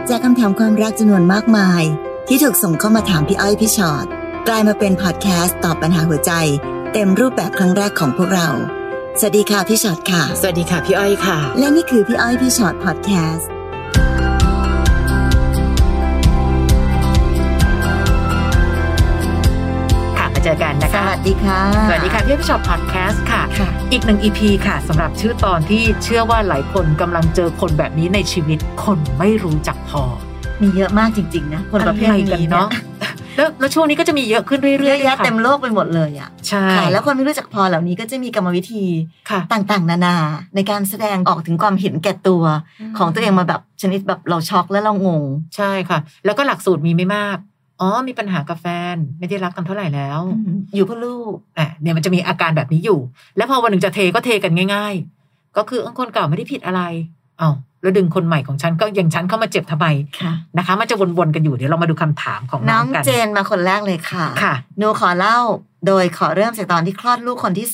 จากคำถามความรักจำนวนมากมายที่ถูกส่งเข้ามาถามพี่อ้อยพี่ชอตกลายมาเป็นพอดแคสต์ตอบปัญหาหัวใจเต็มรูปแบบครั้งแรกของพวกเราสวัสดีค่ะพี่ชอตค่ะสวัสดีค่ะพี่อ้อยค่ะและนี่คือพี่อ้อยพี่ชอตพอดแคสต์เจอกันนะคะสวัสดีค่ะสวัสดีค่ะพี่ชอบพอดแคสต์ค่ะอีกหนึ่ง EP ค่ะสำหรับชื่อตอนที่เชื่อว่าหลายคนกำลังเจอคนแบบนี้ในชีวิตคนไม่รู้จักพอมีเยอะมากจริงๆนะคนประเภทนี้เนาะแล้วช่วงนี้ก็จะมีเยอะขึ้นเรื่อยๆเต็มโลกไปหมดเลยอ่ะใช่แล้วคนไม่รู้จักพอเหล่านี้ก็จะมีกรรมวิธีต่างๆนานาในการแสดงออกถึงความเห็นแก่ตัวของตัวเองมาแบบชนิดแบบเราช็อกและเรางงใช่ค่ะแล้วก็หลักสูตรมีไม่มากมีปัญหากับแฟนไม่ได้รักกันเท่าไหร่แล้วอยู่เพื่อลูกเนี่ยมันจะมีอาการแบบนี้อยู่แล้วพอวันหนึ่งจะเทก็เทกันง่ายๆก็คือคนเก่าไม่ได้ผิดอะไรแล้วดึงคนใหม่ของฉันก็ยังฉันเข้ามาเจ็บทำไมนะคะมันจะวนๆกันอยู่เดี๋ยวเรามาดูคำถามของน้องกันน้องเจนมาคนแรกเลยค่ะหนูขอเล่าโดยขอเริ่มจากตอนที่คลอดลูกคนที่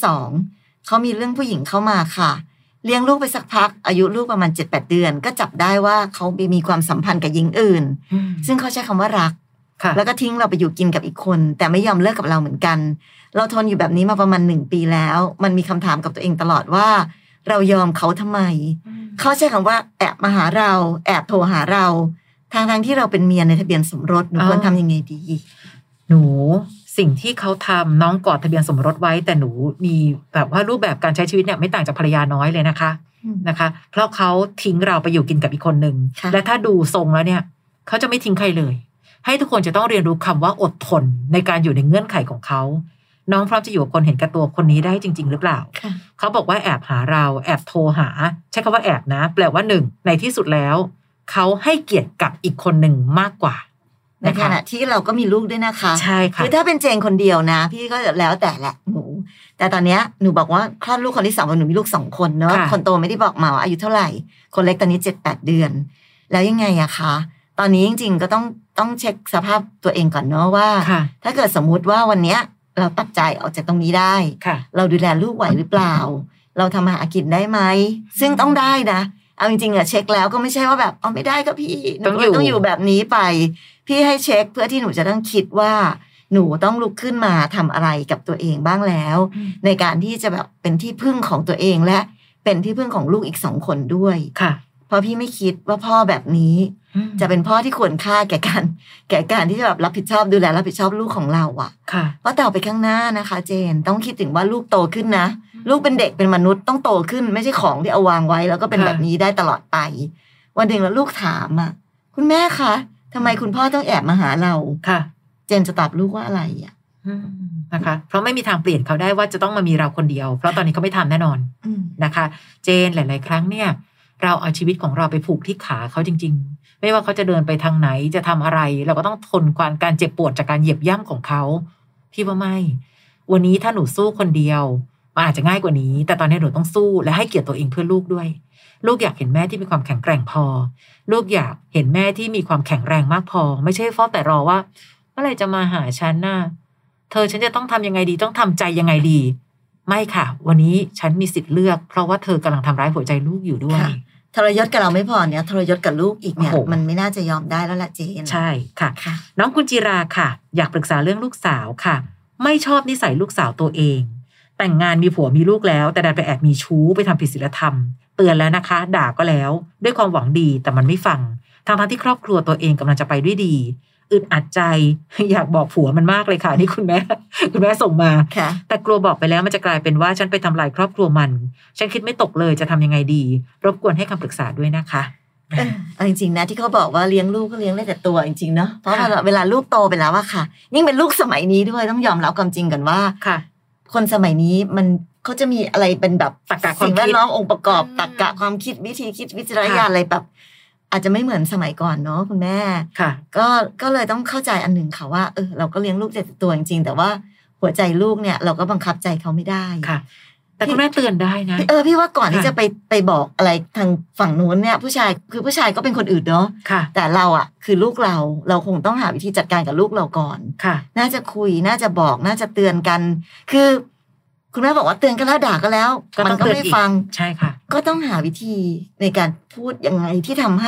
2เขามีเรื่องผู้หญิงเข้ามาค่ะเลี้ยงลูกไปสักพักอายุลูกประมาณ 7-8 เดือนก็จับได้ว่าเขามีความสัมพันธ์กับหญิงอื่นซึ่งเขาใช้คำว่ารักแล้วก็ทิ้งเราไปอยู่กินกับอีกคนแต่ไม่ยอมเลิกกับเราเหมือนกันเราทนอยู่แบบนี้มาประมาณ1 ปีแล้วมันมีคำถามกับตัวเองตลอดว่าเรายอมเขาทำไมเขาใช้คำว่าแอบมาหาเราแอบโทรหาเราทางที่เราเป็นเมียในทะเบียนสมรสหนูควรทำยังไงดีหนูสิ่งที่เขาทำน้องกอดทะเบียนสมรสไว้แต่หนูมีแบบว่ารูปแบบการใช้ชีวิตเนี่ยไม่ต่างจากภรรยาน้อยเลยนะคะเพราะเขาทิ้งเราไปอยู่กินกับอีกคนนึงและถ้าดูทรงแล้วเนี่ยเขาจะไม่ทิ้งใครเลยให้ทุกคนจะต้องเรียนรู้คำว่าอดทนในการอยู่ในเงื่อนไขของเขาน้องพร้อมจะอยู่กับคนเห็นแก่ตัวคนนี้ได้จริงๆหรือเปล่าเขาบอกว่าแอบหาเราแอบโทรหาใช้คำว่าแอบนะแปลว่า1ในที่สุดแล้วเขาให้เกียรติกับอีกคนหนึ่งมากกว่าในขณะที่เราก็มีลูกด้วยนะคะใช่ค่ะคือถ้าเป็นเจนคนเดียวนะพี่ก็แล้วแต่แหละหนูแต่ตอนนี้หนูบอกว่าคลอดลูกคนที่2หนูมีลูก2คนเนาะคนโตไม่ได้บอกมาว่าอายุเท่าไหร่คนเล็กตอนนี้ 7-8 เดือนแล้วยังไงอะคะตอนนี้จริงๆก็ต้องเช็คสภาพตัวเองก่อนเนาะว่าถ้าเกิดสมมุติว่าวันนี้เราตัดใจออกจากตรงนี้ได้เราดูแลลูกไหวหรือเปล่าเราทำมาหากินได้ไหมซึ่งต้องได้นะเอาจริงๆอะเช็คแล้วก็ไม่ใช่ว่าแบบไม่ได้ก็พี่ต้องอยู่แบบนี้ไปพี่ให้เช็คเพื่อที่หนูจะต้องคิดว่าหนูต้องลุกขึ้นมาทำอะไรกับตัวเองบ้างแล้วในการที่จะแบบเป็นที่พึ่งของตัวเองและเป็นที่พึ่งของลูกอีก2 คนด้วยเพราะพี่ไม่คิดว่าพ่อแบบนี้จะเป็นพ่อที่ควรค่าแก่การที่จะแบบรับผิดชอบดูแลรับผิดชอบลูกของเราเพราะต่อไปข้างหน้านะคะเจนต้องคิดถึงว่าลูกโตขึ้นนะลูกเป็นเด็กเป็นมนุษย์ต้องโตขึ้นไม่ใช่ของที่เอาวางไว้แล้วก็เป็นแบบนี้ได้ตลอดไปวันหนึ่งแล้วลูกถามคุณแม่คะทำไมคุณพ่อต้องแอบมาหาเราเจนจะตอบลูกว่าอะไรนะคะเพราะไม่มีทางเปลี่ยนเขาได้ว่าจะต้องมามีเราคนเดียวเพราะตอนนี้เขาไม่ทำแน่นอนนะคะเจนหลายๆครั้งเนี่ยเราเอาชีวิตของเราไปผูกที่ขาเขาจริงๆไม่ว่าเขาจะเดินไปทางไหนจะทำอะไรเราก็ต้องทนการเจ็บปวดจากการเหยียบย่ำของเขาพี่ว่าไม่วันนี้ถ้าหนูสู้คนเดียวมันอาจจะง่ายกว่านี้แต่ตอนนี้หนูต้องสู้และให้เกียรติตัวเองเพื่อลูกด้วยลูกอยากเห็นแม่ที่มีความแข็งแกร่งพอลูกอยากเห็นแม่ที่มีความแข็งแรงมากพอไม่ใช่เฝ้าแต่รอว่าเมื่อไหร่จะมาหาฉันน่ะฉันจะต้องทำยังไงดีต้องทำใจยังไงดีไม่ค่ะวันนี้ฉันมีสิทธิ์เลือกเพราะว่าเธอกำลังทำร้ายหัวใจลูกอยู่ด้วยทรยศกับเราไม่พอเนี่ยทรยศกับลูกอีกเนี่ยมันไม่น่าจะยอมได้แล้วละเจนใช่ค่ะน้องกุญจิราค่ะอยากปรึกษาเรื่องลูกสาวค่ะไม่ชอบนิสัยลูกสาวตัวเองแต่งงานมีผัวมีลูกแล้วแต่ดันไปแอบมีชู้ไปทำผิดศีลธรรมเตือนแล้วนะคะด่าก็แล้วด้วยความหวังดีแต่มันไม่ฟังทั้งที่ครอบครัวตัวเองกำลังจะไปด้วยดีอึดอัดใจอยากบอกผัวมันมากเลยค่ะนี่คุณแม่ส่งมาแต่กลัวบอกไปแล้วมันจะกลายเป็นว่าฉันไปทำลายครอบครัวมันฉันคิดไม่ตกเลยจะทำยังไงดีรบกวนให้คำปรึกษาด้วยนะคะจริงๆนะที่เขาบอกว่าเลี้ยงลูกก็เลี้ยงได้แต่ตัวจริงๆเนาะเพราะเวลาลูกโตไปแล้วค่ะยิ่งเป็นลูกสมัยนี้ด้วยต้องยอมรับความจริงกันว่าคนสมัยนี้มันเขาจะมีอะไรเป็นแบบสิ่งแวดล้อมองค์ประกอบตรรกะความคิดวิธีคิดวิจารณญาณอะไรแบบอาจจะไม่เหมือนสมัยก่อนเนาะคุณแม่ก็เลยต้องเข้าใจอันหนึ่งค่ะว่าเราก็เลี้ยงลูกแต่ตัวจริงๆแต่ว่าหัวใจลูกเนี่ยเราก็บังคับใจเขาไม่ได้แต่คุณแม่เตือนได้นะพี่ว่าก่อนที่จะไปบอกอะไรทางฝั่งนู้นเนี่ยผู้ชายก็เป็นคนอื่นเนาะแต่เราคือลูกเราคงต้องหาวิธีจัดการกับลูกเราก่อนน่าจะคุยน่าจะบอกน่าจะเตือนกันคือ คุณแม่บอกว่าเตือนก็แล้วด่าก็แล้วมันก็ไม่ฟังใช่ค่ะก็ต้องหาวิธีในการพูดยังไงที่ทำให้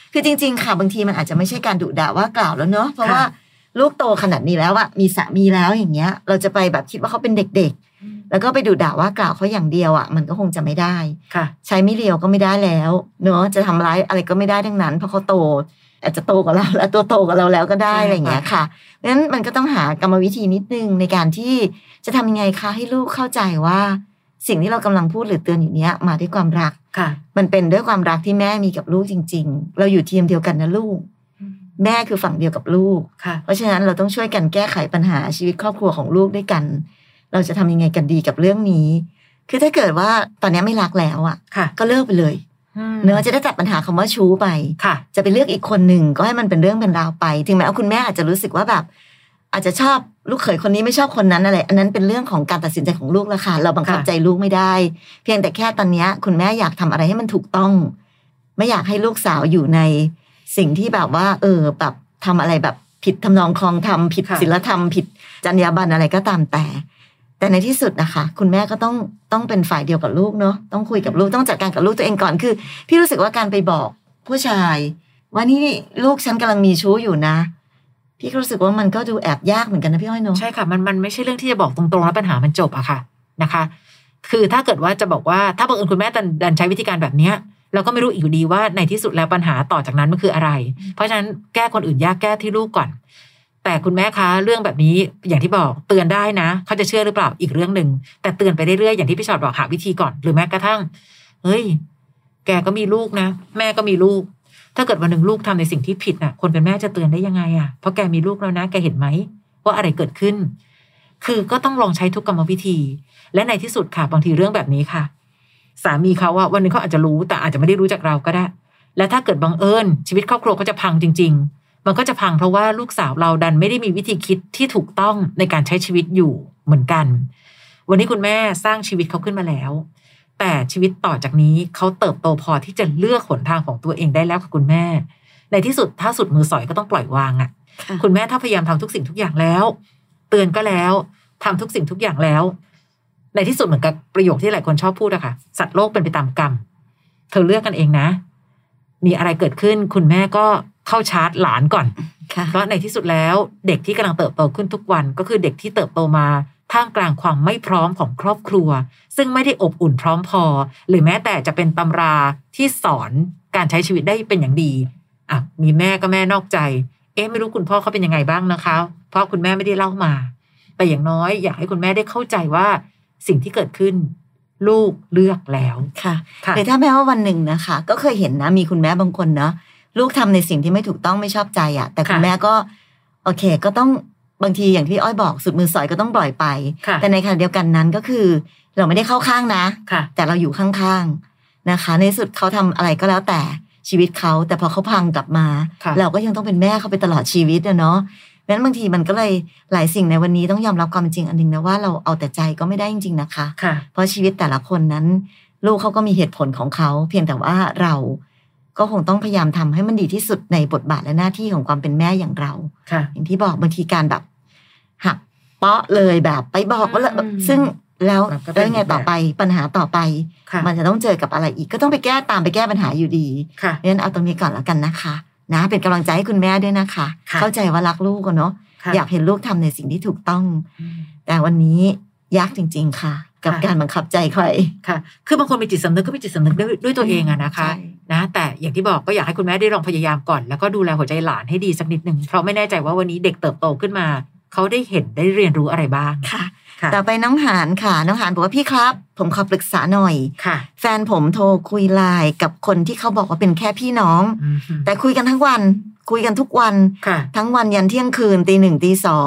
คือจริงๆค่ะบางทีมันอาจจะไม่ใช่การดุด่าว่ากล่าวแล้วเนอะเพราะว่าลูกโตขนาดนี้แล้วอะมีสามีแล้วอย่างเงี้ยเราจะไปแบบคิดว่าเขาเป็นเด็กๆแล้วก็ไปดุด่าว่ากล่าวเขาอย่างเดียวอะมันก็คงจะไม่ได้ใช้ไม่เลียวก็ไม่ได้แล้วเนอะจะทำร้ายอะไรก็ไม่ได้ทั้งนั้นเพราะเขาโตอาจจะโตกว่าเราแล้วตัวโตกว่าเราแล้วก็ได้อะไรอย่างเงี้ยค่ะเพราะฉะนั้นมันก็ต้องหากรรมวิธีนิดนึงในการที่จะทำยังไงคะให้ลูกเข้าใจว่าสิ่งที่เรากำลังพูดหรือเตือนอยู่เนี้ยมาด้วยความรักมันเป็นด้วยความรักที่แม่มีกับลูกจริงๆเราอยู่ทีมเดียวกันนะลูกแม่คือฝั่งเดียวกับลูกเพราะฉะนั้นเราต้องช่วยกันแก้ไขปัญหาชีวิตครอบครัวของลูกด้วยกันเราจะทำยังไงกันดีกับเรื่องนี้คือถ้าเกิดว่าตอนนี้ไม่รักแล้วอ่ะก็เลิกไปเลยเนื้อจะได้ตัดปัญหาคำว่าชู้ไปจะไปเลือกอีกคนหนึ่งก็ให้มันเป็นเรื่องเป็นราวไปถึงแม้ว่าคุณแม่อาจจะรู้สึกว่าแบบอาจจะชอบลูกเขยคนนี้ไม่ชอบคนนั้นอะไรอันนั้นเป็นเรื่องของการตัดสินใจของลูกละค่ะเราบังคับใจลูกไม่ได้เพียงแต่แค่ตอนนี้คุณแม่อยากทำอะไรให้มันถูกต้องไม่อยากให้ลูกสาวอยู่ในสิ่งที่แบบว่าแบบทำอะไรแบบผิดทำนองคลองธรรมผิดศีลธรรมผิดจรรยาบรรณอะไรก็ตามแต่ในที่สุดนะคะคุณแม่ก็ต้องเป็นฝ่ายเดียวกับลูกเนาะต้องคุยกับลูกต้องจัดการกับลูกตัวเองก่อนคือพี่รู้สึกว่าการไปบอกผู้ชายว่านี่ลูกฉันกำลังมีชู้อยู่นะพี่รู้สึกว่ามันก็ดูแอบยากเหมือนกันนะพี่อ้อยเนาะใช่ค่ะมันไม่ใช่เรื่องที่จะบอกตรงๆแล้วปัญหามันจบอะค่ะนะคะคือถ้าเกิดว่าจะบอกว่าถ้าบังเอิญคุณแม่ดันใช้วิธีการแบบเนี้ยเราก็ไม่รู้อีกอยู่ดีว่าในที่สุดแล้วปัญหาต่อจากนั้นมันคืออะไรเพราะฉะนั้นแก้คนอื่นยากแก้ที่ลูกก่อนแต่คุณแม่คะเรื่องแบบนี้อย่างที่บอกเตือนได้นะเขาจะเชื่อหรือเปล่าอีกเรื่องนึงแต่เตือนไปเรื่อยๆอย่างที่พี่ชอตบอกหาวิธีก่อนหรือแม้กระทั่งเฮ้ยแกก็มีลูกนะแม่ก็มีลูกถ้าเกิดวันหนึ่งลูกทำในสิ่งที่ผิดน่ะคนเป็นแม่จะเตือนได้ยังไงอะเพราะแกมีลูกแล้วนะแกเห็นไหมว่าอะไรเกิดขึ้นคือก็ต้องลองใช้ทุกกรรมวิธีและในที่สุดค่ะบางทีเรื่องแบบนี้ค่ะสามีเขาว่าวันนึงเขาอาจจะรู้แต่อาจจะไม่ได้รู้จากเราก็ได้และถ้าเกิดบังเอิญชีวิตครอบครัวเขาจะพังจริงๆมันก็จะพังเพราะว่าลูกสาวเราดันไม่ได้มีวิธีคิดที่ถูกต้องในการใช้ชีวิตอยู่เหมือนกันวันนี้คุณแม่สร้างชีวิตเขาขึ้นมาแล้วแต่ชีวิตต่อจากนี้เขาเติบโตพอที่จะเลือกหนทางของตัวเองได้แล้วค่ะคุณแม่ในที่สุดถ้าสุดมือสอยก็ต้องปล่อยวางอ่ะคุณแม่ถ้าพยายามทำทุกสิ่งทุกอย่างแล้วเตือนก็แล้วทำทุกสิ่งทุกอย่างแล้วในที่สุดเหมือนกับประโยคที่หลายคนชอบพูดอะค่ะสัตว์โลกเป็นไปตามกรรมเธอเลือกกันเองนะมีอะไรเกิดขึ้นคุณแม่ก็เข้าชาร์จหลานก่อนเพราะในที่สุดแล้วเด็กที่กำลังเติบโตขึ้นทุกวันก็คือเด็กที่เติบโตมาท่ามกลางความไม่พร้อมของครอบครัวซึ่งไม่ได้อบอุ่นพร้อมพอหรือแม้แต่จะเป็นตำราที่สอนการใช้ชีวิตได้เป็นอย่างดีอ่ะมีแม่ก็แม่นอกใจไม่รู้คุณพ่อเขาเป็นยังไงบ้างนะคะเพราะคุณแม่ไม่ได้เล่ามาแต่อย่างน้อยอยากให้คุณแม่ได้เข้าใจว่าสิ่งที่เกิดขึ้นลูกเลือกแล้วค่ะแต่ถ้าแม้ว่าวันหนึ่งนะคะก็เคยเห็นนะมีคุณแม่บางคนเนาะลูกทำในสิ่งที่ไม่ถูกต้องไม่ชอบใจอ่ะแต่คุณแม่ก็โอเคก็ต้องบางทีอย่างที่อ้อยบอกสุดมือสอยก็ต้องปล่อยไปแต่ในขณะเดียวกันนั้นก็คือเราไม่ได้เข้าข้างนะแต่เราอยู่ข้างๆนะคะในสุดเขาทำอะไรก็แล้วแต่ชีวิตเขาแต่พอเขาพังกลับมาเราก็ยังต้องเป็นแม่เขาไปตลอดชีวิตเนาะเพราะฉะนั้นบางทีมันก็เลยหลายสิ่งในวันนี้ต้องยอมรับความจริงอันนึงนะว่าเราเอาแต่ใจก็ไม่ได้จริงๆนะคะเพราะชีวิตแต่ละคนนั้นลูกเขาก็มีเหตุผลของเขาเพียงแต่ว่าเราก็คงต้องพยายามทำให้มันดีที่สุดในบทบาทและหน้าที่ของความเป็นแม่อย่างเราอย่างที่บอกบางทีการแบบหักเปาะเลยแบบไปบอกว่าซึ่งแล้วยังไงต่อไปปัญหาต่อไปมันจะต้องเจอกับอะไรอีกก็ต้องไปแก้ปัญหาอยู่ดีเพราะฉะนั้นเอาตรงนี้ก่อนแล้วกันนะคะนะเป็นกำลังใจให้คุณแม่ด้วยนะคะเข้าใจว่ารักลูกเนาะอยากเห็นลูกทำในสิ่งที่ถูกต้องแต่วันนี้ยากจริงๆค่ะกับการบังคับใจใครค่ะคือบางคนมีจิตสำนึกก็มีจิตสำนึกด้วยตัวเองอะนะคะนะแต่อย่างที่บอกก็อยากให้คุณแม่ได้ลองพยายามก่อนแล้วก็ดูแลหัวใจหลานให้ดีสักนิดนึงเพราะไม่แน่ใจว่าวันนี้เด็กเติบโตขึ้นมาเขาได้เห็นได้เรียนรู้อะไรบ้างค่ะต่อไปน้องหานค่ะน้องหานบอกว่าพี่ครับผมขอปรึกษาหน่อยแฟนผมโทรคุยไลน์กับคนที่เขาบอกว่าเป็นแค่พี่น้องแต่คุยกันทั้งวันคุยกันทุกวันทั้งวันยันเที่ยงคืนตี 1 ตี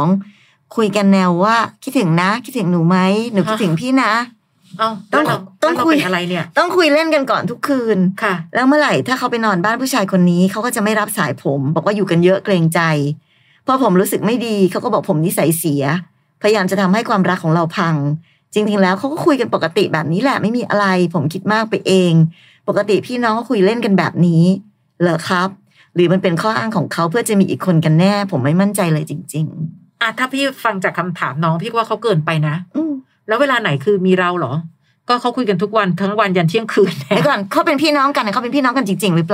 2คุยกันแนวว่าคิดถึงนะคิดถึงหนูไหมหนูคิดถึงพี่นะต้องคุยอะไรเนี่ยต้องคุยเล่นกันก่อนทุกคืนแล้วเมื่อไหร่ถ้าเขาไปนอนบ้านผู้ชายคนนี้เขาก็จะไม่รับสายผมบอกว่าอยู่กันเยอะเกรงใจพอผมรู้สึกไม่ดีเขาก็บอกผมนิสัยเสียพยายามจะทำให้ความรักของเราพังจริงๆแล้วเขาก็คุยกันปกติแบบนี้แหละไม่มีอะไรผมคิดมากไปเองปกติพี่น้องก็คุยเล่นกันแบบนี้เหรอครับหรือมันเป็นข้ออ้างของเขาเพื่อจะมีอีกคนกันแน่ผมไม่มั่นใจเลยจริงๆถ้าพี่ฟังจากคำถามน้องพี่ว่าเขาเกินไปนะแล้วเวลาไหนคือมีเราเหรอก็เขาคุยกันทุกวันทั้งวันยันเที่ยงคืนแล้วก่อนเขาเป็นพี่น้องกันเขาเป็นพี่น้องกันจริงๆหรือเปล่า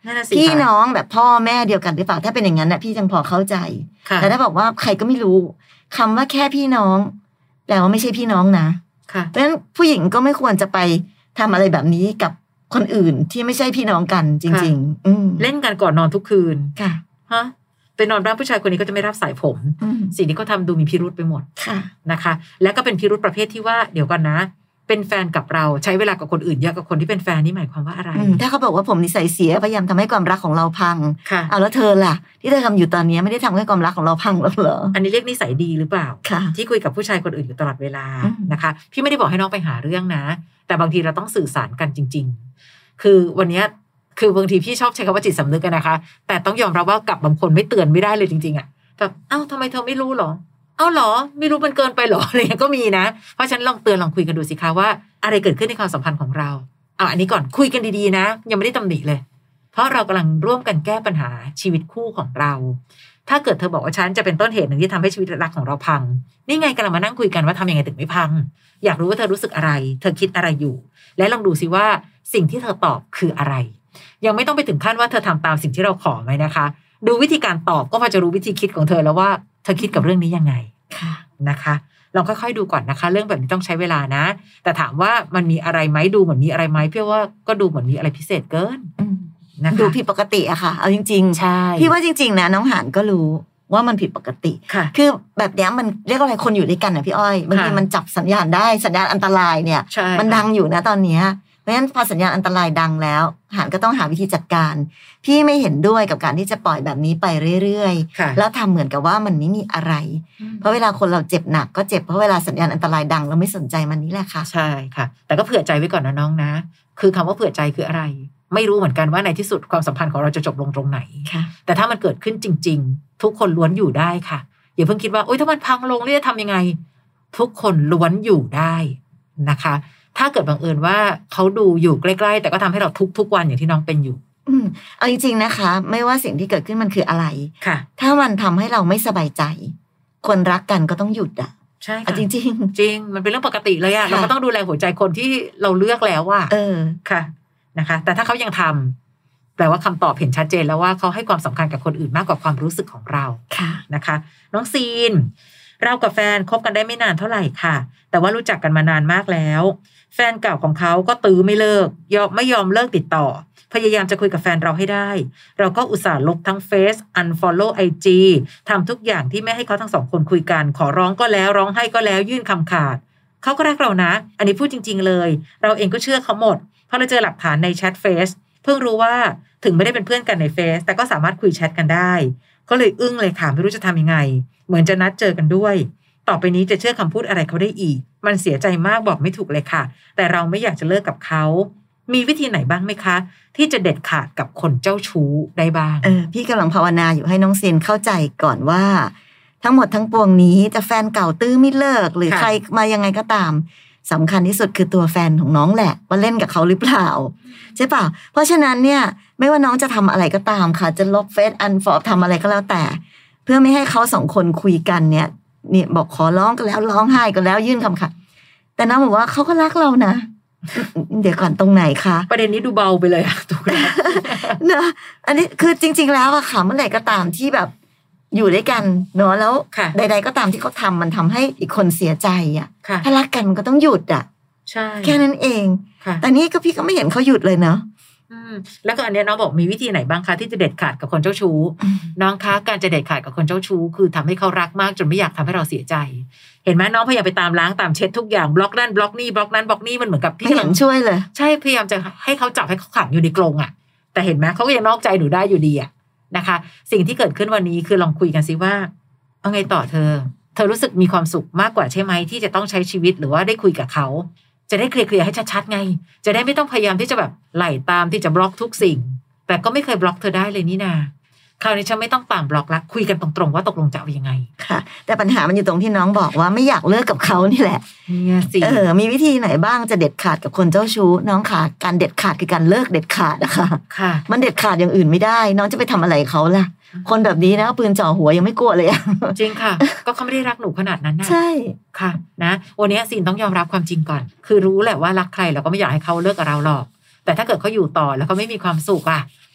พี่น้องแบบพ่อแม่เดียวกันหรือเปล่าถ้าเป็นอย่างนั้นนะพี่ยังพอเข้าใจแต่ถ้าบอกว่าใครก็ไม่รู้คำว่าแค่พี่น้องแปลว่าไม่ใช่พี่น้องนะเพราะฉะนั้นผู้หญิงก็ไม่ควรจะไปทำอะไรแบบนี้กับคนอื่นที่ไม่ใช่พี่น้องกันจริงๆเล่นกันก่อนนอนทุกคืนค่ะฮะไปนอนบ้านผู้ชายคนนี้ก็จะไม่รับสายผมสิ่งที่เขาทำดูมีพิรุธไปหมดนะคะและก็เป็นพิรุธประเภทที่ว่าเดี๋ยวก่อนนะเป็นแฟนกับเราใช้เวลากับคนอื่นเยอะกับคนที่เป็นแฟนนี่หมายความว่าอะไรถ้าเขาบอกว่าผมนิสัยเสียพยายามทำให้ความรักของเราพังเอาแล้วเธอล่ะที่เธอทำอยู่ตอนนี้ไม่ได้ทำให้ความรักของเราพังหรอกเหรออันนี้เรียกนิสัยดีหรือเปล่าที่คุยกับผู้ชายคนอื่นอยู่ตลอดเวลานะคะพี่ไม่ได้บอกให้น้องไปหาเรื่องนะแต่บางทีเราต้องสื่อสารกันจริงๆคือวันนี้คือบางทีพี่ชอบใช้คำว่าจิตสำนึกกันนะคะแต่ต้องยอมรับว่ากับบางคนไม่เตือนไม่ได้เลยจริงๆอ่ะแบบเอ้าทำไมเธอไม่รู้หรอเอ้าหรอไม่รู้มันเกินไปหรออะไรก็มีนะเพราะฉะนั้นลองเตือนลองคุยกันดูสิคะว่าอะไรเกิดขึ้นในความสัมพันธ์ของเราอันนี้ก่อนคุยกันดีๆนะยังไม่ได้ตำหนิเลยเพราะเรากำลังร่วมกันแก้ปัญหาชีวิตคู่ของเราถ้าเกิดเธอบอกว่าฉันจะเป็นต้นเหตุหนึ่งที่ทำให้ชีวิตรักของเราพังนี่ไงกำลังมานั่งคุยกันว่าทำยังไงถึงไม่พังอยากรู้ว่าเธอรู้สึกอะไรเธอคิดอะไรอยู่และลองดูสิว่าสิ่งที่เธอตอบคืออะไรยังไม่ต้องไปถึงขั้นว่าเธอทำตามสิ่งที่เราขอไหมนะคะดูวิธีการตอบก็พอจะรู้วิธีคิดของเธอแล้วว่าเธอคิดกับเรื่องนี้ยังไงนะคะลองค่อยๆดูก่อนนะคะเรื่องแบบนี้ต้องใช้เวลานะแต่ถามว่ามันมีอะไรไหมดูเหมือนมีอะไรไหมเพื่อว่าก็ดูเหมือนมีอะไรพิเศษเกินนะคะดูผิดปกติอะค่ะเอาจริงๆใช่พี่ว่าจริงๆนะน้องหานก็รู้ว่ามันผิดปกติคือแบบนี้มันเรียกว่าอะไรคนอยู่ด้วยกันนะพี่อ้อยบางทีมันจับสัญญาณได้สัญญาณอันตรายเนี่ยมันดังอยู่นะตอนนี้เพราะฉะนั้นพอสัญญาณอันตรายดังแล้วหานก็ต้องหาวิธีจัดการพี่ไม่เห็นด้วยกับการที่จะปล่อยแบบนี้ไปเรื่อยๆแล้วทำเหมือนกับว่ามันไม่มีอะไรเพราะเวลาคนเราเจ็บหนักก็เจ็บเพราะเวลาสัญญาณอันตรายดังเราไม่สนใจมันนี่แหละค่ะใช่ค่ะแต่ก็เผื่อใจไว้ก่อนนะน้องนะคือคำว่าเผื่อใจคืออะไรไม่รู้เหมือนกันว่าในที่สุดความสัมพันธ์ของเราจะจบลงตรงไหนแต่ถ้ามันเกิดขึ้นจริงๆทุกคนล้วนอยู่ได้ค่ะอย่าเพิ่งคิดว่าโอ๊ยถ้ามันพังลงจะทำยังไงทุกคนล้วนอยู่ได้นะคะถ้าเกิดบังเอิญว่าเขาดูอยู่ใกล้ๆแต่ก็ทำให้เราทุกวันอย่างที่น้องเป็นอยู่เอาจริงๆนะคะไม่ว่าสิ่งที่เกิดขึ้นมันคืออะไรถ้ามันทำให้เราไม่สบายใจคนรักกันก็ต้องหยุดอ่ะใช่จริงจริงมันเป็นเรื่องปกติเลยอะเราก็ต้องดูแลหัวใจคนที่เราเลือกแล้วอะค่ะนะคะแต่ถ้าเขายังทำแปลว่าคำตอบเห็นชัดเจนแล้วว่าเขาให้ความสำคัญกับคนอื่นมากกว่าความรู้สึกของเรานะคะน้องซีนเรากับแฟนคบกันได้ไม่นานเท่าไหร่ค่ะแต่ว่ารู้จักกันมานานมากแล้วแฟนเก่าของเขาก็ตื้อไม่เลิกไม่ยอมเลิกติดต่อพยายามจะคุยกับแฟนเราให้ได้เราก็อุตส่าห์ลบทั้งเฟซ unfollow IG ทำทุกอย่างที่ไม่ให้เขาทั้งสองคนคุยกันขอร้องก็แล้วร้องไห้ก็แล้วยื่นคำขาดเขาก็รักเรานะอันนี้พูดจริงๆเลยเราเองก็เชื่อเขาหมดเพราะเราเจอหลักฐานในแชทเฟซเพิ่งรู้ว่าถึงไม่ได้เป็นเพื่อนกันในเฟซแต่ก็สามารถคุยแชทกันได้ก็เลยอึ้งเลยค่ะไม่รู้จะทำยังไงเหมือนจะนัดเจอกันด้วยต่อไปนี้จะเชื่อคำพูดอะไรเขาได้อีกมันเสียใจมากบอกไม่ถูกเลยค่ะแต่เราไม่อยากจะเลิกกับเขามีวิธีไหนบ้างไหมคะที่จะเด็ดขาดกับคนเจ้าชู้ได้บ้างพี่กำลังภาวนาอยู่ให้น้องซินเข้าใจก่อนว่าทั้งหมดทั้งปวงนี้จะแฟนเก่าตื้อไม่เลิกหรือใครมายังไงก็ตามสำคัญที่สุดคือตัวแฟนของน้องแหละว่าเล่นกับเขาหรือเปล่าใช่ป่ะเพราะฉะนั้นเนี่ยไม่ว่าน้องจะทำอะไรก็ตามค่ะจะลบเฟซอันฟอลทำอะไรก็แล้วแต่เพื่อไม่ให้เขาสองคนคุยกันเนี่ยบอกขอร้องก็แล้วร้องไห้ก็แล้วยื่นคำขาดแต่น้องบอกว่าเขาก็รักเรานะเดี๋ยวก่อนตรงไหนคะประเด็นนี้ดูเบาไปเลยอะถูกไหมเนอะอันนี้คือจริงๆแล้วอะค่ะเมื่อไหร่ก็ตามที่แบบอยู่ด้วยกันเนาะแล้วใดๆก็ตามที่เขาทำมันทำให้อีกคนเสียใจอะถ้ารักกันมันก็ต้องหยุดอะใช่แค่นั้นเองแต่นี่ก็พี่ก็ไม่เห็นเขาหยุดเลยเนาะแล้วก็อันนี้น้องบอกมีวิธีไหนบ้างคะที่จะเด็ดขาดกับคนเจ้าชู้น้องคะการจะเด็ดขาดกับคนเจ้าชู้คือทำให้เขารักมากจนไม่อยากทำให้เราเสียใจเห็นไหมน้องพยายามไปตามล้างตามเช็ดทุกอย่างบล็อกนั่นบล็อกนี่บล็อกนั้นบล็อกนี่มันเหมือนกับพี่กำลังช่วยเลยใช่พยายามจะให้เขาจับให้เขาขังอยู่ในกรงอ่ะแต่เห็นไหมเขาก็ยังนอกใจหนูได้อยู่ดีอ่ะนะคะสิ่งที่เกิดขึ้นวันนี้คือลองคุยกันสิว่าเอาไงต่อเธอรู้สึกมีความสุขมากกว่าใช่ไหมที่จะต้องใช้ชีวิตหรือว่าได้คุยกับเขาจะได้เคลียร์ให้ชัดๆไงจะได้ไม่ต้องพยายามที่จะแบบไล่ตามที่จะบล็อกทุกสิ่งแต่ก็ไม่เคยบล็อกเธอได้เลยนี่นาคราวนี้ฉันไม่ต้องตามบล็อกละคุยกันตรงๆว่าตกลงจะเอายังไงค่ะแต่ปัญหามันอยู่ตรงที่น้องบอกว่าไม่อยากเลิกกับเขานี่แหละเนี่ยสิมีวิธีไหนบ้างจะเด็ดขาดกับคนเจ้าชู้น้องค่ะการเด็ดขาดคือการเลิกเด็ดขาดนะคะค่ะมันเด็ดขาดอย่างอื่นไม่ได้น้องจะไปทำอะไรเขาล่ะคนแบบนี้นะปืนจ่อหัวยังไม่กลัวเลยจริงค่ะก็เขาไม่ได้รักหนูขนาดนั้นนะใช่ค่ะนะวันนี้ซีนต้องยอมรับความจริงก่อนคือรู้แหละว่ารักใครเราก็ไม่อยากให้เขาเลิกกับเราหรอกแต่ถ้าเกิดเขาอยู่ต่อแล้วเขาไม่มีความสุข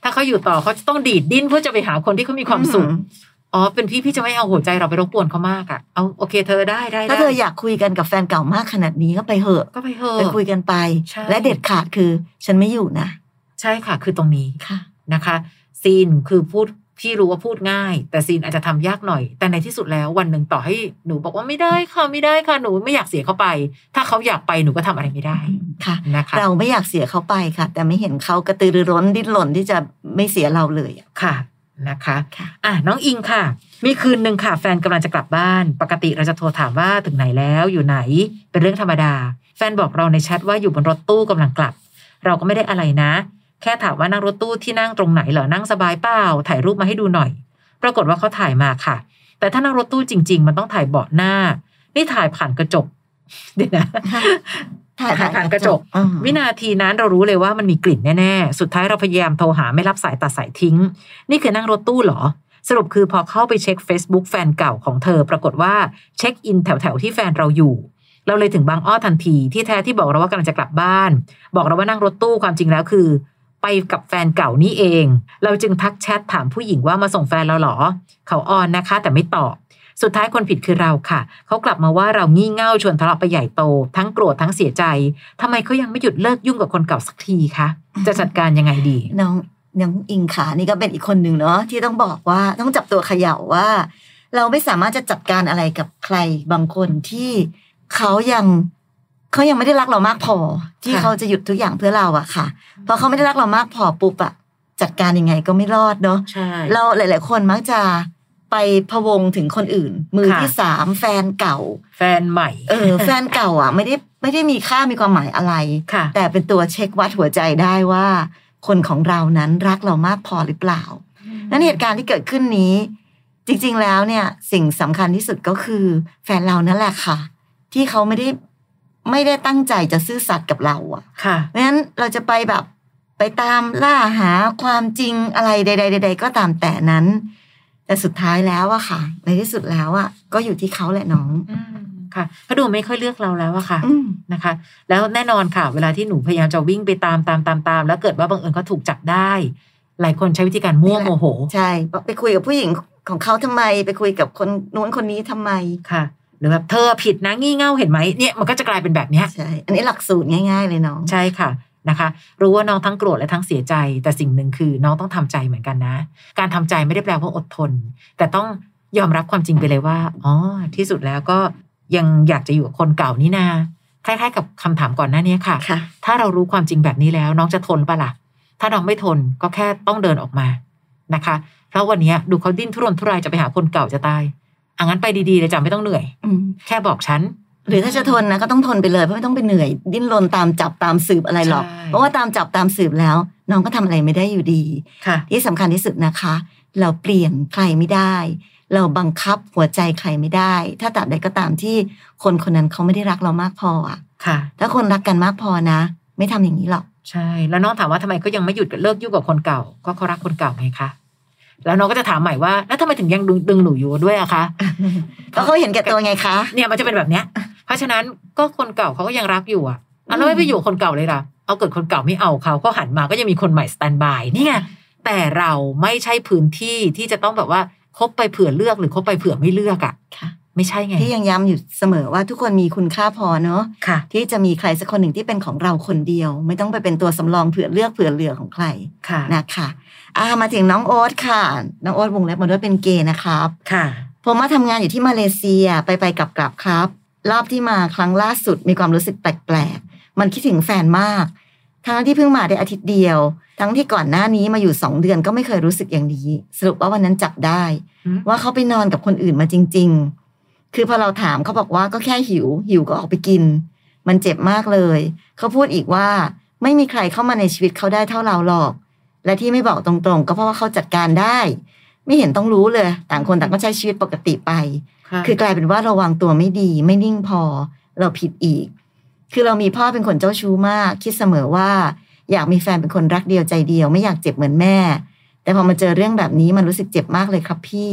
ถ้าเขาอยู่ต่อเขาจะต้องดีดดิ้นเพื่อจะไปหาคนที่เขามีความสุขเป็นพี่จะไม่เอาหัวใจเราไปรบกวนเขามากเอาโอเคเธอได้ถ้าเธออยากคุยกันกับแฟนเก่ามากขนาดนี้ก็ไปเหอะไปคุยกันไปและเด็ดขาดคือฉันไม่อยู่นะใช่ค่ะคือตรงนี้นะคะซีนคือพูดพี่รู้ว่าพูดง่ายแต่ซีนอาจจะทำยากหน่อยแต่ในที่สุดแล้ววันหนึ่งต่อให้หนูบอกว่าไม่ได้ค่ะหนูไม่อยากเสียเขาไปถ้าเขาอยากไปหนูก็ทำอะไรไม่ได้ค่ะนะคะเราไม่อยากเสียเขาไปค่ะแต่ไม่เห็นเขากระตือรือร้นดิ้นรนที่จะไม่เสียเราเลยค่ะนะคะน้องอิงค่ะมีคืนนึงค่ะแฟนกำลังจะกลับบ้านปกติเราจะโทรถามว่าถึงไหนแล้วอยู่ไหนเป็นเรื่องธรรมดาแฟนบอกเราในแชทว่าอยู่บนรถตู้กำลังกลับเราก็ไม่ได้อะไรนะแค่ถามว่านั่งรถตู้ที่นั่งตรงไหนเหรอนั่งสบายเปล่าถ่ายรูปมาให้ดูหน่อยปรากฏว่าเขาถ่ายมาค่ะแต่ถ้านั่งรถตู้จริงๆมันต้องถ่ายเบาะหน้านี่ถ่ายผ่านกระจกเดี๋ยวนะถ่ายผ่านกระจกวินาทีนั้นเรารู้เลยว่ามันมีกลิ่นแน่ๆสุดท้ายเราพยายามโทรหาไม่รับสายตัดสายทิ้งนี่คือนั่งรถตู้เหรอสรุปคือพอเข้าไปเช็ค Facebook แฟนเก่าของเธอปรากฏว่าเช็คอินแถวๆที่แฟนเราอยู่เราเลยถึงบางอ้อทันทีที่แท้ที่บอกเราว่ากำลังจะกลับบ้านบอกเราว่านั่งรถตู้ความจริงแล้วคือไปกับแฟนเก่านี่เองเราจึงทักแชทถามผู้หญิงว่ามาส่งแฟนเราเหรอเขาออนนะคะแต่ไม่ตอบสุดท้ายคนผิดคือเราค่ะเขากลับมาว่าเรางี่เง่าชวนทะเลาะไปใหญ่โตทั้งโกรธทั้งเสียใจทำไมเขายังไม่หยุดเลิกยุ่งกับคนเก่าสักทีคะจะจัดการยังไงดีน้องอิงขานี่ก็เป็นอีกคนหนึ่งเนาะที่ต้องบอกว่าต้องจับตัวเขย่าว่าเราไม่สามารถจะจัดการอะไรกับใครบางคนที่เขายังไม่ได้รักเรามากพอที่เขาจะหยุดทุกอย่างเพื่อเราอะค่ะเพราะเขาไม่ได้รักเรามากพอปุ๊บอะจัดการยังไงก็ไม่รอดเนาะเราหลายๆคนมักจะไปพะวงถึงคนอื่นมือที่สามแฟนเก่าแฟนใหม่แฟนเก่าอะไม่ได้มีค่ามีความหมายอะไรแต่เป็นตัวเช็ควัดหัวใจได้ว่าคนของเรานั้นรักเรามากพอหรือเปล่านั้นเหตุการณ์ที่เกิดขึ้นนี้จริงๆแล้วเนี่ยสิ่งสำคัญที่สุดก็คือแฟนเรานั่นแหละค่ะที่เขาไม่ได้ตั้งใจจะซื่อสัตย์กับเราอ่ะเพราะฉะนั้นเราจะไปแบบไปตามล่าหาความจริงอะไรใดๆก็ตามแต่นั้นแต่สุดท้ายแล้วอะค่ะในที่สุดแล้วอะก็อยู่ที่เขาแหละน้องค่ะเขาดูไม่ค่อยเลือกเราแล้วอะค่ะนะคะแล้วแน่นอนค่ะเวลาที่หนูพยายามจะวิ่งไปตามแล้วเกิดว่าบังเอิญเขาถูกจับได้หลายคนใช้วิธีการมั่วโมโหใช่ไปคุยกับผู้หญิงของเขาทำไมไปคุยกับคนนู้นคนนี้ทำไมค่ะหรือแบบเธอผิดนะงี่เง่าเห็นไหมเนี่ยมันก็จะกลายเป็นแบบนี้ใช่อันนี้หลักสูตรง่ายๆเลยน้องใช่ค่ะนะคะรู้ว่าน้องทั้งโกรธและทั้งเสียใจแต่สิ่งหนึ่งคือน้องต้องทำใจเหมือนกันนะการทำใจไม่ได้แปลว่าอดทนแต่ต้องยอมรับความจริงไปเลยว่าที่สุดแล้วก็ยังอยากจะอยู่กับคนเก่านี่นาคล้ายๆกับคำถามก่อนหน้านี้ค่ะถ้าเรารู้ความจริงแบบนี้แล้วน้องจะทนปะล่ะถ้าน้องไม่ทนก็แค่ต้องเดินออกมานะคะเพราะวันนี้ดูเขาดิ้นทุรนทุรายจะไปหาคนเก่าจะตายงั้นไปดีๆเลยจ้ะไม่ต้องเหนื่อยแค่บอกฉันหรือถ้าจะทนนะก็ต้องทนไปเลยเพราะไม่ต้องไปเหนื่อยดิ้นรนตามจับตามสืบอะไรหรอกเพราะว่าตามจับตามสืบแล้วน้องก็ทำอะไรไม่ได้อยู่ดีที่สำคัญที่สุดนะคะเราเปลี่ยนใครไม่ได้เราบังคับหัวใจใครไม่ได้ถ้าตราบใดก็ตามที่คนคนนั้นเขาไม่ได้รักเรามากพออ่ะถ้าคนรักกันมากพอนะไม่ทำอย่างนี้หรอกใช่แล้วน้องถามว่าทำไมเขายังไม่หยุดเลิกยุ่งกับคนเก่าก็เขารักคนเก่าไงคะแล้วน้องก็จะถามใหม่ว่าแล้วทำไมถึงยังดึงหนูอยู่ด้วยอะคะเพราะเขาเห็นแก่ตัวไงคะเนี่ยมันจะเป็นแบบเนี้ยเพราะฉะนั้นก็คนเก่าเขาก็ยังรักอยู่อะแล้วไม่ไปอยู่คนเก่าเลยล่ะเอาเกิดคนเก่าไม่เอาเขาก็หันมาก็ยังมีคนใหม่สแตนบายนี่ไงแต่เราไม่ใช่พื้นที่ที่จะต้องแบบว่าคบไปเผื่อเลือกหรือคบไปเผื่อไม่เลือกอะไม่ใช่ไงที่ยังย้ำอยู่เสมอว่าทุกคนมีคุณค่าพอเนาะที่จะมีใครสักคนหนึ่งที่เป็นของเราคนเดียวไม่ต้องไปเป็นตัวสำรองเผื่อเลือกเผื่อเหลือของใครนะคะมาถึงน้องโอ๊ตค่ะน้องโอ๊ตวงเล็บมาด้วยเป็นเกย์นะครับค่ะผมมาทำงานอยู่ที่มาเลเซียไปกลับครับรอบที่มาครั้งล่าสุดมีความรู้สึกแปลกๆมันคิดถึงแฟนมากทั้งที่เพิ่งมาได้อาทิตย์เดียวทั้งที่ก่อนหน้านี้มาอยู่2 เดือนก็ไม่เคยรู้สึกอย่างนี้สรุปว่าวันนั้นจับได้ว่าเขาไปนอนกับคนอื่นมาจริงๆคือพอเราถามเขาบอกว่าก็แค่หิวก็ออกไปกินมันเจ็บมากเลยเขาพูดอีกว่าไม่มีใครเข้ามาในชีวิตเขาได้เท่าเราหรอกและที่ไม่บอกตรงๆก็เพราะว่าเขาจัดการได้ไม่เห็นต้องรู้เลยต่างคนต่างก็ใช้ชีวิตปกติไปคือกลายเป็นว่าเราวางตัวไม่ดีไม่นิ่งพอเราผิดอีกคือเรามีพ่อเป็นคนเจ้าชู้มากคิดเสมอว่าอยากมีแฟนเป็นคนรักเดียวใจเดียวไม่อยากเจ็บเหมือนแม่แต่พอมาเจอเรื่องแบบนี้มันรู้สึกเจ็บมากเลยครับพี่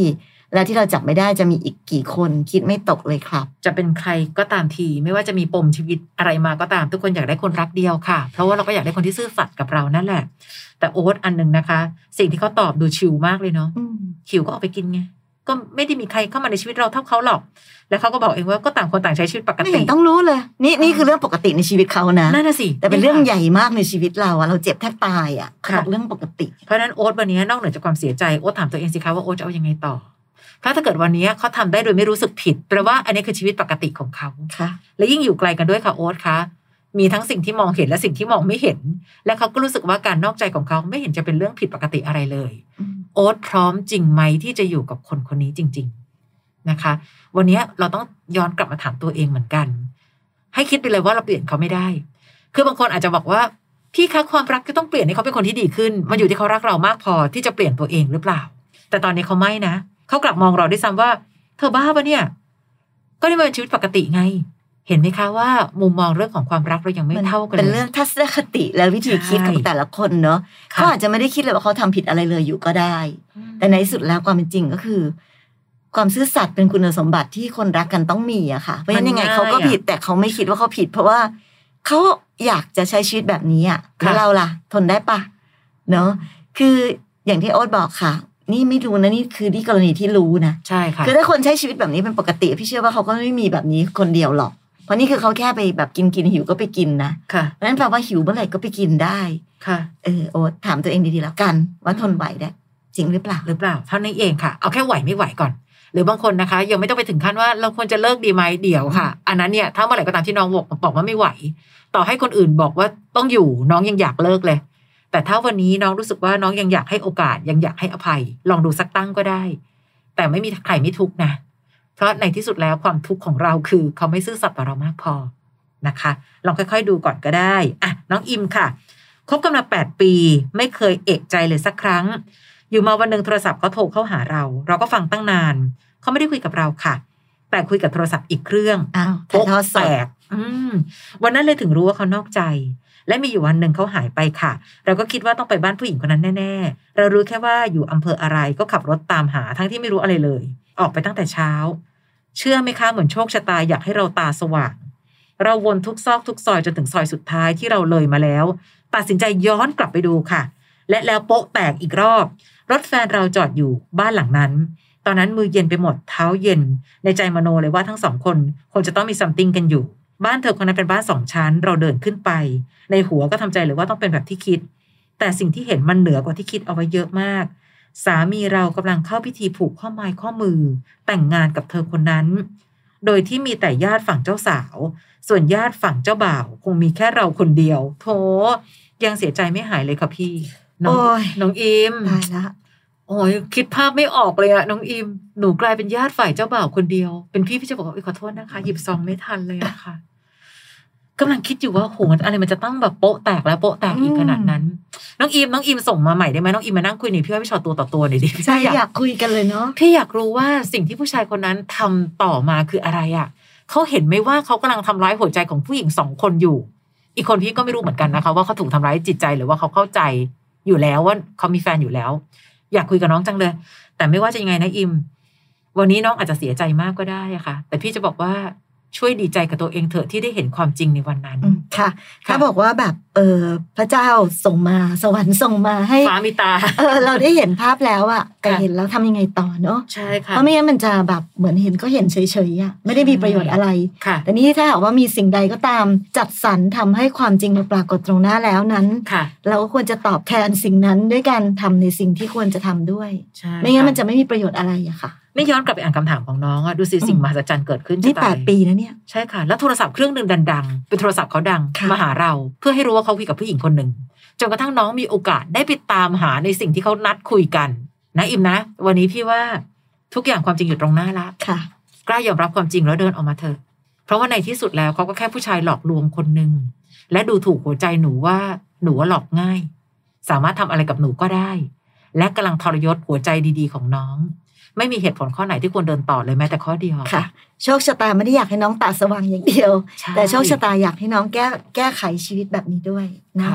แล้วที่เราจับไม่ได้จะมีอีกกี่คนคิดไม่ตกเลยครับจะเป็นใครก็ตามทีไม่ว่าจะมีปมชีวิตอะไรมาก็ตามทุกคนอยากได้คนรักเดียวค่ะเพราะว่าเราก็อยากได้คนที่ซื่อสัตย์กับเรานั่นแหละแต่โอ๊ตอันนึงนะคะสิ่งที่เขาตอบดูชิลมากเลยเนาะหิวก็ออกไปกินไงก็ไม่ได้มีใครเข้ามาในชีวิตเราเท่าเขาหรอกแล้วเขาก็บอกเองว่าก็ต่างคนต่างใช้ชีวิตปกติไม่ต้องรู้เลยนี่คือเรื่องปกติในชีวิตเขานะนั่นน่ะสิแต่เป็นเรื่องใหญ่มากในชีวิตเราอะเราเจ็บแทบตายอะเขาบอกเรื่องปกติเพราะนั้นโอ๊ตวันนี้นอกเหนือจากความเสียใจโอ๊ตถามตัวเองสิคะว่าโอ๊ตจะเอายังไงต่อเพราะถ้าเกิดวันนี้เขาทำได้โดยไม่รู้สึกผิดแปลว่าอันนี้คือชีวิตปกติของเขาและยิ่งอยู่ไกลกันด้วยค่ะโอ๊ตคะมีทั้งสิ่งที่มองเห็นและสิ่งที่มองไม่เห็นและเขาก็รู้สึกว่าการนอกใจของเขาไม่เห็นจะเป็นเรื่องผิดปกติอะไรเลยโอ๊ตพร้อมจริงไหมที่จะอยู่กับคนคนนี้จริงๆนะคะวันนี้เราต้องย้อนกลับมาถามตัวเองเหมือนกันให้คิดไปเลยว่าเราเปลี่ยนเขาไม่ได้คือบางคนอาจจะบอกว่าพี่คะความรักก็ต้องเปลี่ยนให้เขาเป็นคนที่ดีขึ้นมันอยู่ที่เขารักเรามากพอที่จะเปลี่ยนตัวเองหรือเปล่าแต่ตอนนี้เขาไม่นะเขากลับมองเราด้วยซ้ำว่าเธอบ้าปะเนี่ยก็นี่มันเป็นชีวิตปกติไงเห็นไหมคะว่ามุมมองเรื่องของความรักเรายังไม่เท่ากันเป็นเรื่องทัศนคติและวิธีคิดของแต่ละคนเนาะเขาอาจจะไม่ได้คิดเลยว่าเขาทำผิดอะไรเลยอยู่ก็ได้แต่ในที่สุดแล้วความเป็นจริงก็คือความซื่อสัตย์เป็นคุณสมบัติที่คนรักกันต้องมีอะค่ะเพราะฉะนั้นยังไงเขาก็ผิดแต่เขาไม่คิดว่าเขาผิดเพราะว่าเขาอยากจะใช้ชีวิตแบบนี้อะแล้วเราล่ะทนได้ปะเนาะคืออย่างที่โอ๊ตบอกค่ะนี่ไม่รู้นะนี่คือที่กรณีที่รู้นะใช่ค่ะคือถ้าคนใช้ชีวิตแบบนี้เป็นปกติพี่เชื่อว่าเขาก็ไม่มีแบบนี้คนเดียวหรอกเพราะนี่คือเขาแค่ไปแบบกินหิวก็ไปกินนะเพราะฉะนั้นแปลว่าหิวเมื่อไหร่ก็ไปกินได้ค่ะโอ๊ตถามตัวเองดีๆแล้วกันว่าทนไหวได้จริงหรือเปล่าเท่านั้นเองค่ะเอาแค่ไหวไม่ไหวก่อนหรือบางคนนะคะยังไม่ต้องไปถึงขั้นว่าเราควรจะเลิกดีไหมเดี๋ยวค่ะอันนั้นเนี่ยถ้าเมื่อไหร่ก็ตามที่น้องบอกว่าไม่ไหวต่อให้คนอื่นบอกว่าต้องอยู่น้องยังอยากเลิกเลยแต่ถ้าวันนี้น้องรู้สึกว่าน้องยังอยากให้โอกาสยังอยากให้อภัยลองดูสักตั้งก็ได้แต่ไม่มีใครไม่ทุกข์นะเพราะในที่สุดแล้วความทุกข์ของเราคือเขาไม่ซื่อสัตย์ต่อเรามากพอนะคะลองค่อยๆดูก่อนก็ได้อ่ะน้องอิมค่ะคบกันมา8 ปีไม่เคยเอะใจเลยสักครั้งอยู่มาวันนึงโทรศัพท์เขาโทรเข้าหาเราก็ฟังตั้งนานเขาไม่ได้คุยกับเราค่ะแต่คุยกับโทรศัพท์อีกเครื่องโป๊ะแตกวันนั้นเลยถึงรู้ว่าเขานอกใจและมีอยู่วันหนึ่งเขาหายไปค่ะเราก็คิดว่าต้องไปบ้านผู้หญิงคนนั้นแน่ๆเรารู้แค่ว่าอยู่อำเภออะไรก็ขับรถตามหาทั้งที่ไม่รู้อะไรเลยออกไปตั้งแต่เช้าเชื่อไหมคะเหมือนโชคชะตาอยากให้เราตาสว่างเราวนทุกซอกทุกซอยจนถึงซอยสุดท้ายที่เราเลยมาแล้วตัดสินใจย้อนกลับไปดูค่ะและแล้วโป๊ะแตกอีกรอบรถแฟนเราจอดอยู่บ้านหลังนั้นตอนนั้นมือเย็นไปหมดเท้าเย็นในใจมโนเลยว่าทั้ง2 คนคงจะต้องมีซัมติงกันอยู่บ้านเธอคนนั้นเป็นบ้าน2 ชั้นเราเดินขึ้นไปในหัวก็ทำใจเลยว่าต้องเป็นแบบที่คิดแต่สิ่งที่เห็นมันเหนือกว่าที่คิดเอาไว้เยอะมากสามีเรากำลังเข้าพิธีผูกข้อไม้ข้อมือแต่งงานกับเธอคนนั้นโดยที่มีแต่ญาติฝั่งเจ้าสาวส่วนญาติฝั่งเจ้าบ่าวคงมีแค่เราคนเดียวโธ่ยังเสียใจไม่หายเลยค่ะพี่น้องอิมตายละโอ้ยคิดภาพไม่ออกเลยอะน้องอิมหนูกลายเป็นญาติฝ่ายเจ้าบ่าวคนเดียวเป็นพี่จะบอกว่าขอโทษนะคะหยิบซองไม่ทันเลยอะค่ะกำลังคิดอยู่ว่าโหอะไรมันจะตั้งแบบโป๊ะแตกแล้วโป๊ะแตกอีกขนาดนั้นน้องอิมส่งมาใหม่ได้ไหมน้องอิมมานั่งคุยหน่อยพี่ว่าพี่ชอตัวต่อตัวหน่อยดิใช่อยากคุยกันเลยเนาะพี่อยากรู้ว่าสิ่งที่ผู้ชายคนนั้นทำต่อมาคืออะไรอะเขาเห็นไหมว่าเขากำลังทำร้ายหัวใจของผู้หญิง2 คนอยู่อีกคนพี่ก็ไม่รู้เหมือนกันนะคะว่าเขาถูกทำร้ายจิตใจหรือว่าเขาเข้าใจอยู่แล้วว่าเขามีแฟนอยู่แล้วอยากคุยกับน้องจังเลยแต่ไม่ว่าจะยังไงนะอิมวันนี้น้องอาจจะเสียใจมากก็ได้อะค่ะแต่พี่จะบอกว่าช่วยดีใจกับตัวเองเถอะที่ได้เห็นความจริงในวันนั้นค่ะถ้าบอกว่าแบบพระเจ้าส่งมาสวรรค์ส่งมาให้ฟ้ามีตาเราได้เห็นภาพแล้วอะแต่เห็นแล้วทำยังไงต่อเนาะใช่ค่ะเพราะไม่งั้นมันจะแบบเหมือนเห็นก็เห็นเฉยๆอะไม่ได้มีประโยชน์อะไรแต่นี่ถ้าหากว่ามีสิ่งใดก็ตามจัดสรรทำให้ความจริงมาปรากฏตรงหน้าแล้วนั้นเราก็ควรจะตอบแทนสิ่งนั้นด้วยการทำในสิ่งที่ควรจะทำด้วยไม่งั้นมันจะไม่มีประโยชน์อะไรอะค่ะไม่ย้อนกลับไปอ่านคำถามของน้องอะดูสิสิ่งมหัศจรรย์เกิดขึ้นนี่8 ปีนะเนี่ยใช่ค่ะแล้วโทรศัพท์เครื่องนึงดังๆเป็นโทรศัพท์เขาดังมาหาเราเพื่อให้รู้ว่าเขาคุยกับผู้หญิงคนหนึ่งจนกระทั่งน้องมีโอกาสได้ไปตามหาในสิ่งที่เขานัดคุยกันนะอิมนะวันนี้พี่ว่าทุกอย่างความจริงอยู่ตรงหน้าละค่ะกล้ายอมรับความจริงแล้วเดินออกมาเถอะเพราะว่าในที่สุดแล้วเขาก็แค่ผู้ชายหลอกลวงคนหนึ่งและดูถูกหัวใจหนูว่าหลอกง่ายสามารถทำอะไรกับหนูก็ได้และกำลังทรยศหัวใจดีๆของน้องไม่มีเหตุผลข้อไหนที่ควรเดินต่อเลยแม้แต่ข้อเดียวค่ะโชคชะตาไม่ได้อยากให้น้องตาสว่างอย่างเดียวแต่โชคชะตาอยากให้น้องแก้ไขชีวิตแบบนี้ด้วยนะ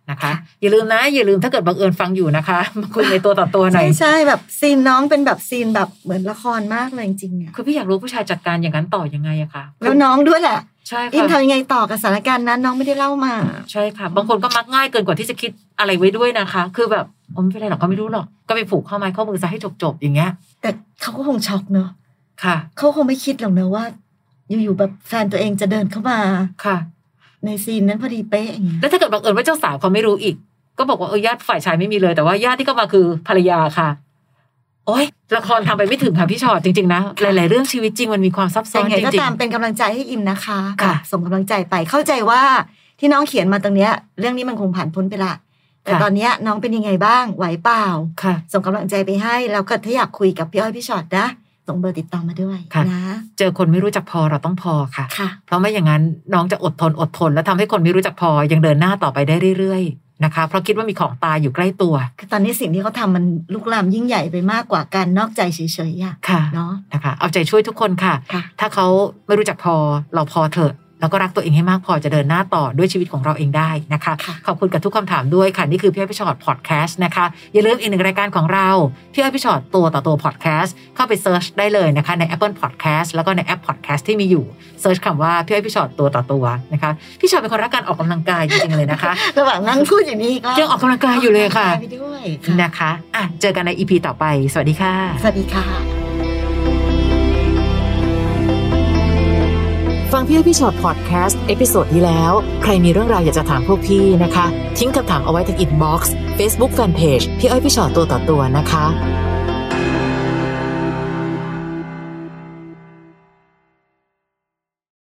นะคะอย่าลืมถ้าเกิดบังเอิญฟังอยู่นะคะมาคุยในตัวต่อตัวหน่อยใช่แบบซีนน้องเป็นแบบซีนแบบเหมือนละครมากเลยจริงๆคือพี่อยากรู้ผู้ชายจัดการอย่างนั้นต่อยังไงอะคะแล้วน้องด้วยแหละใช่ค่ะอินทำยังไงต่อกับสถานการณ์นั้นน้องไม่ได้เล่ามาใช่ค่ะบางคนก็มักง่ายเกินกว่าที่จะคิดอะไรไว้ด้วยนะคะคือแบบไม่เป็นไรหรอกก็ไม่รู้หรอกก็ไปผูกข้อไม้ข้อมือซะให้จบอย่างเงี้ยแต่เขาก็คงช็อกเนอะค่ะเขาคงไม่คิดหรอกเนอะว่าอยู่ๆแบบแฟนตัวเองจะเดินเข้ามาค่ะในซีนนั้นพอดีเป๊ะอย่างเงี้ยแล้วถ้าเกิดบังเอิญว่าเจ้าสาวเขาไม่รู้อีกก็บอกว่าญาติฝ่ายชายไม่มีเลยแต่ว่าญาติที่เข้ามาคือภรรยาค่ะโอ๊ยละครทำไปไม่ถึงค่ะพี่ชอตจริงๆนะหลายๆเรื่องชีวิตจริงมันมีความซับซ้อนจริงๆก็ตามเป็นกำลังใจให้อิมนะคะส่งกำลังใจไปเข้าใจว่าที่น้องเขียนมาตรงเนี้ยเรื่องนี้มันคงผ่านพ้นไปละแต่ตอนนี้น้องเป็นยังไงบ้างไหวเปล่าส่งกำลังใจไปให้แล้วก็ถ้าอยากคุยกับพี่อ้อยพี่ชอตนะส่งเบอร์ติดต่อมาด้วยนะเจอคนไม่รู้จักพอเราต้องพอค่ะเพราะไม่อย่างนั้นน้องจะอดทนแล้วทำให้คนไม่รู้จักพอยังเดินหน้าต่อไปได้เรื่อยๆนะคะเพราะคิดว่ามีของตายอยู่ใกล้ตัวคือตอนนี้สิ่งที่เขาทำมันลุกลามยิ่งใหญ่ไปมากกว่าการนอกใจเฉยๆค่ะเนาะนะคะเอาใจช่วยทุกคนค่ะถ้าเขาไม่รู้จักพอเราพอเถอะแล้วก็รักตัวเองให้มากพอจะเดินหน้าต่อด้วยชีวิตของเราเองได้นะคะขอบคุณกับทุกคำถามด้วยค่ะนี่คือพี่อ้อยพี่ชอตพอดแคสต์นะคะอย่าลืมอีกหนึ่งรายการของเราพี่อ้อยพี่ชอตตัวต่อตัวพอดแคสต์เข้าไปเซิร์ชได้เลยนะคะใน Apple Podcast แล้วก็ในแอป Podcast ที่มีอยู่เซิร์ชคำว่าพี่อ้อยพี่ชอตตัวต่อตัวนะคะพี่ชอตเป็นคนรักการออกกำลังกายจริงๆเลยนะคะระหว่างนั่งพูดอย่างนี้ก็ยังออกกำลังกายอยู่เลยค่ะนะคะเจอกันใน EP ต่อไปสวัสดีค่ะสวัสดีค่ะฟังพี่อ้อยพี่ชอตพอดแคสต์เอพิโซดที่แล้วใครมีเรื่องราวอยากจะถามพวกพี่นะคะทิ้งคำถามเอาไว้ที่อินบ็อกซ์ Facebook Fanpage พี่อ้อยพี่ชอตตัวต่อตัวนะคะ